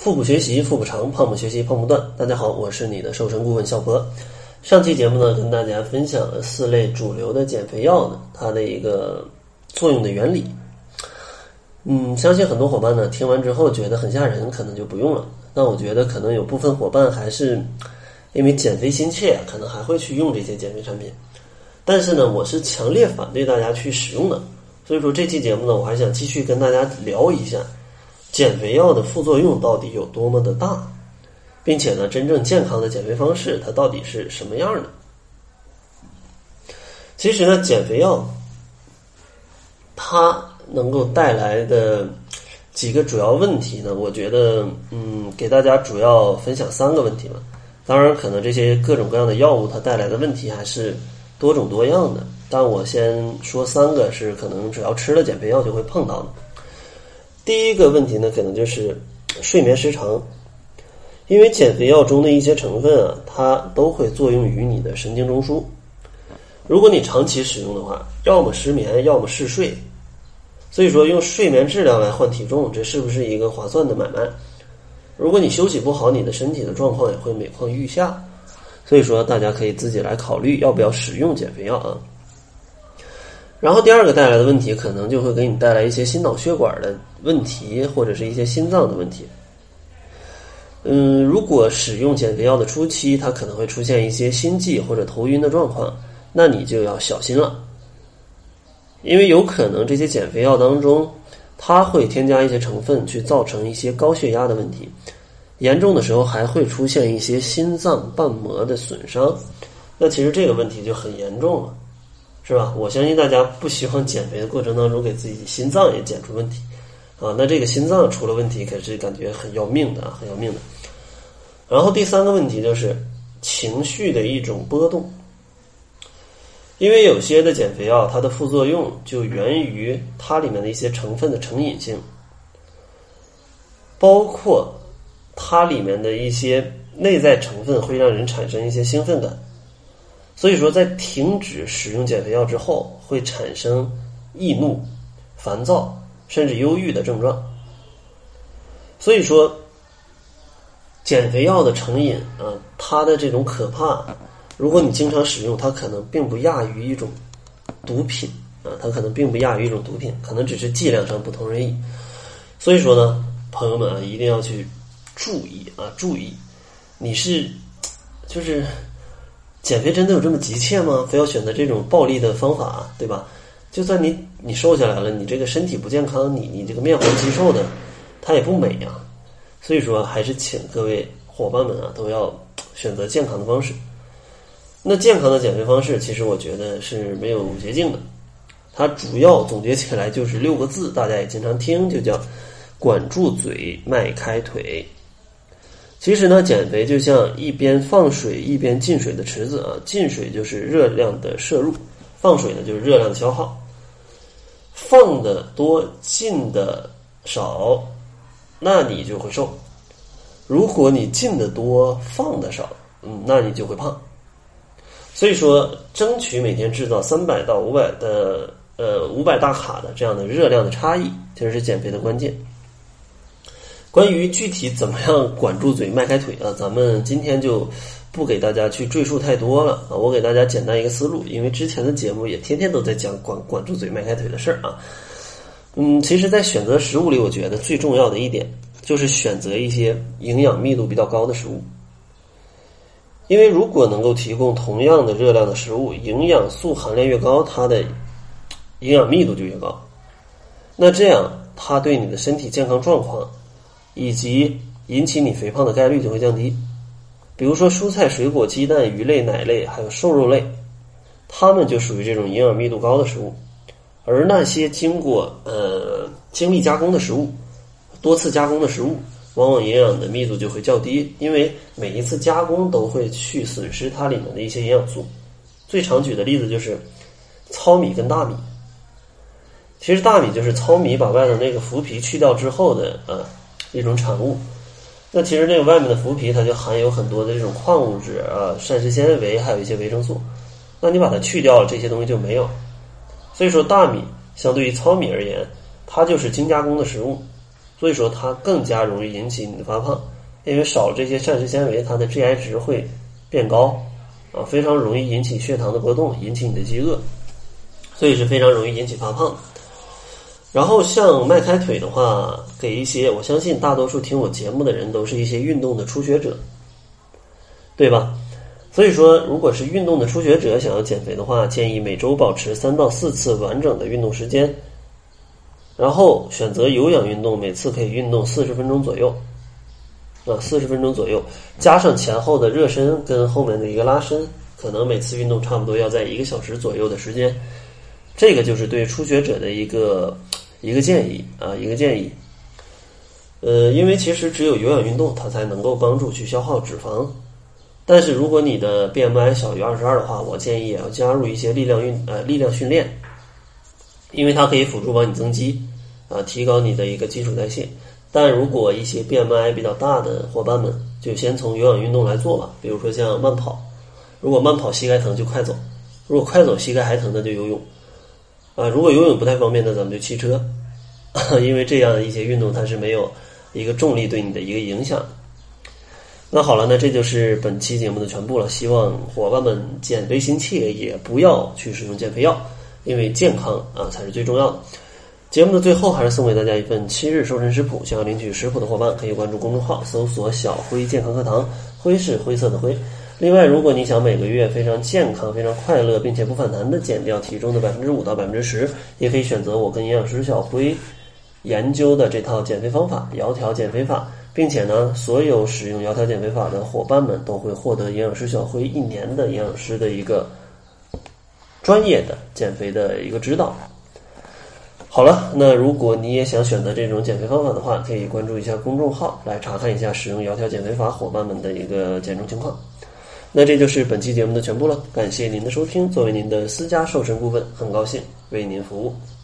腹部学习腹部长，胖不学习胖不断。大家好，我是你的瘦身顾问小博。上期节目呢，跟大家分享了4类主流的减肥药呢，它的一个作用的原理。相信很多伙伴呢听完之后觉得很吓人，可能就不用了。那我觉得可能有部分伙伴还是因为减肥心切，可能还会去用这些减肥产品。但是呢，我是强烈反对大家去使用的。所以说这期节目呢，我还想继续跟大家聊一下减肥药的副作用到底有多么的大，并且呢，真正健康的减肥方式它到底是什么样的。其实呢，减肥药它能够带来的几个主要问题呢，我觉得给大家主要分享3个问题吧。当然可能这些各种各样的药物它带来的问题还是多种多样的，但我先说3个是可能只要吃了减肥药就会碰到的。第一个问题呢，可能就是睡眠时长。因为减肥药中的一些成分啊，它都会作用于你的神经中枢。如果你长期使用的话，要么失眠，要么嗜睡。所以说用睡眠质量来换体重，这是不是一个划算的买卖？如果你休息不好，你的身体的状况也会每况愈下。所以说大家可以自己来考虑要不要使用减肥药啊。然后第二个带来的问题，可能就会给你带来一些心脑血管的问题，或者是一些心脏的问题。如果使用减肥药的初期，它可能会出现一些心悸或者头晕的状况，那你就要小心了。因为有可能这些减肥药当中，它会添加一些成分去造成一些高血压的问题，严重的时候还会出现一些心脏瓣膜的损伤。那其实这个问题就很严重了，是吧？我相信大家不希望减肥的过程当中给自己心脏也减出问题啊，那这个心脏出了问题可是感觉很要命的啊，很要命的。然后第3个问题就是情绪的一种波动。因为有些的减肥药它的副作用就源于它里面的一些成分的成瘾性，包括它里面的一些内在成分会让人产生一些兴奋感。所以说在停止使用减肥药之后，会产生易怒、烦躁甚至忧郁的症状。所以说减肥药的成瘾啊，它的这种可怕，如果你经常使用，它可能并不亚于一种毒品啊，它可能并不亚于一种毒品，可能只是剂量上不同而已。所以说呢，朋友们啊，一定要去注意，你就是减肥真的有这么急切吗？非要选择这种暴力的方法，对吧？就算你瘦下来了，你这个身体不健康，你这个面黄肌瘦的，它也不美呀。所以说还是请各位伙伴们啊，都要选择健康的方式。那健康的减肥方式其实我觉得是没有捷径的，它主要总结起来就是6个字，大家也经常听，就叫管住嘴迈开腿。其实呢，减肥就像一边放水一边进水的池子啊，进水就是热量的摄入，放水呢就是热量的消耗。放的多进的少，那你就会瘦。如果你进的多放的少，那你就会胖。所以说争取每天制造300到500的500大卡的这样的热量的差异，这是减肥的关键。关于具体怎么样管住嘴迈开腿啊，咱们今天就不给大家去赘述太多了啊，我给大家简单一个思路，因为之前的节目也天天都在讲管住嘴迈开腿的事儿啊。其实在选择食物里，我觉得最重要的一点就是选择一些营养密度比较高的食物。因为如果能够提供同样的热量的食物，营养素含量越高，它的营养密度就越高。那这样它对你的身体健康状况以及引起你肥胖的概率就会降低。比如说蔬菜、水果、鸡蛋、鱼类、奶类还有瘦肉类，它们就属于这种营养密度高的食物。而那些经过精密加工的食物、多次加工的食物，往往营养的密度就会较低，因为每一次加工都会去损失它里面的一些营养素。最常举的例子就是糙米跟大米。其实大米就是糙米把外头那个麸皮去掉之后的一种产物。那其实那个外面的麸皮它就含有很多的这种矿物质膳食纤维，还有一些维生素。那你把它去掉了，这些东西就没有。所以说大米相对于糙米而言，它就是精加工的食物， 所以说它更加容易引起你的发胖，因为少这些膳食纤维，它的 GI 值会变高啊，非常容易引起血糖的波动，引起你的饥饿，所以是非常容易引起发胖的。然后像迈开腿的话，给一些我相信大多数听我节目的人都是一些运动的初学者，对吧？所以说如果是运动的初学者想要减肥的话，建议每周保持3到4次完整的运动时间，然后选择有氧运动，每次可以运动40分钟左右，40分钟左右，加上前后的热身跟后面的一个拉伸，可能每次运动差不多要在1个小时左右的时间。这个就是对初学者的一个建议啊，一个建议。因为其实只有有氧运动它才能够帮助去消耗脂肪，但是如果你的 BMI 小于22的话，我建议也要加入一些力量训练，因为它可以辅助帮你增肌啊，提高你的一个基础代谢。但如果一些 BMI 比较大的伙伴们，就先从有氧运动来做吧，比如说像慢跑，如果慢跑膝盖疼就快走，如果快走膝盖还疼那就游泳啊，如果游泳不太方便那咱们就骑车，因为这样的一些运动它是没有一个重力对你的一个影响。那好了，那这就是本期节目的全部了，希望伙伴们减肥心切，也不要去使用减肥药，因为健康啊才是最重要的。节目的最后还是送给大家一份7日瘦身食谱，想要领取食谱的伙伴可以关注公众号搜索小辉健康课堂，辉是灰色的灰。另外如果你想每个月非常健康非常快乐并且不反弹的减掉体重的5%到10%，也可以选择我跟营养师小辉研究的这套减肥方法窈窕减肥法，并且呢所有使用窈窕减肥法的伙伴们都会获得营养师小辉1年的营养师的一个专业的减肥的一个指导。好了，那如果你也想选择这种减肥方法的话，可以关注一下公众号来查看一下使用窈窕减肥法伙伴们的一个减重情况。那这就是本期节目的全部了，感谢您的收听，作为您的私家瘦身顾问，很高兴为您服务。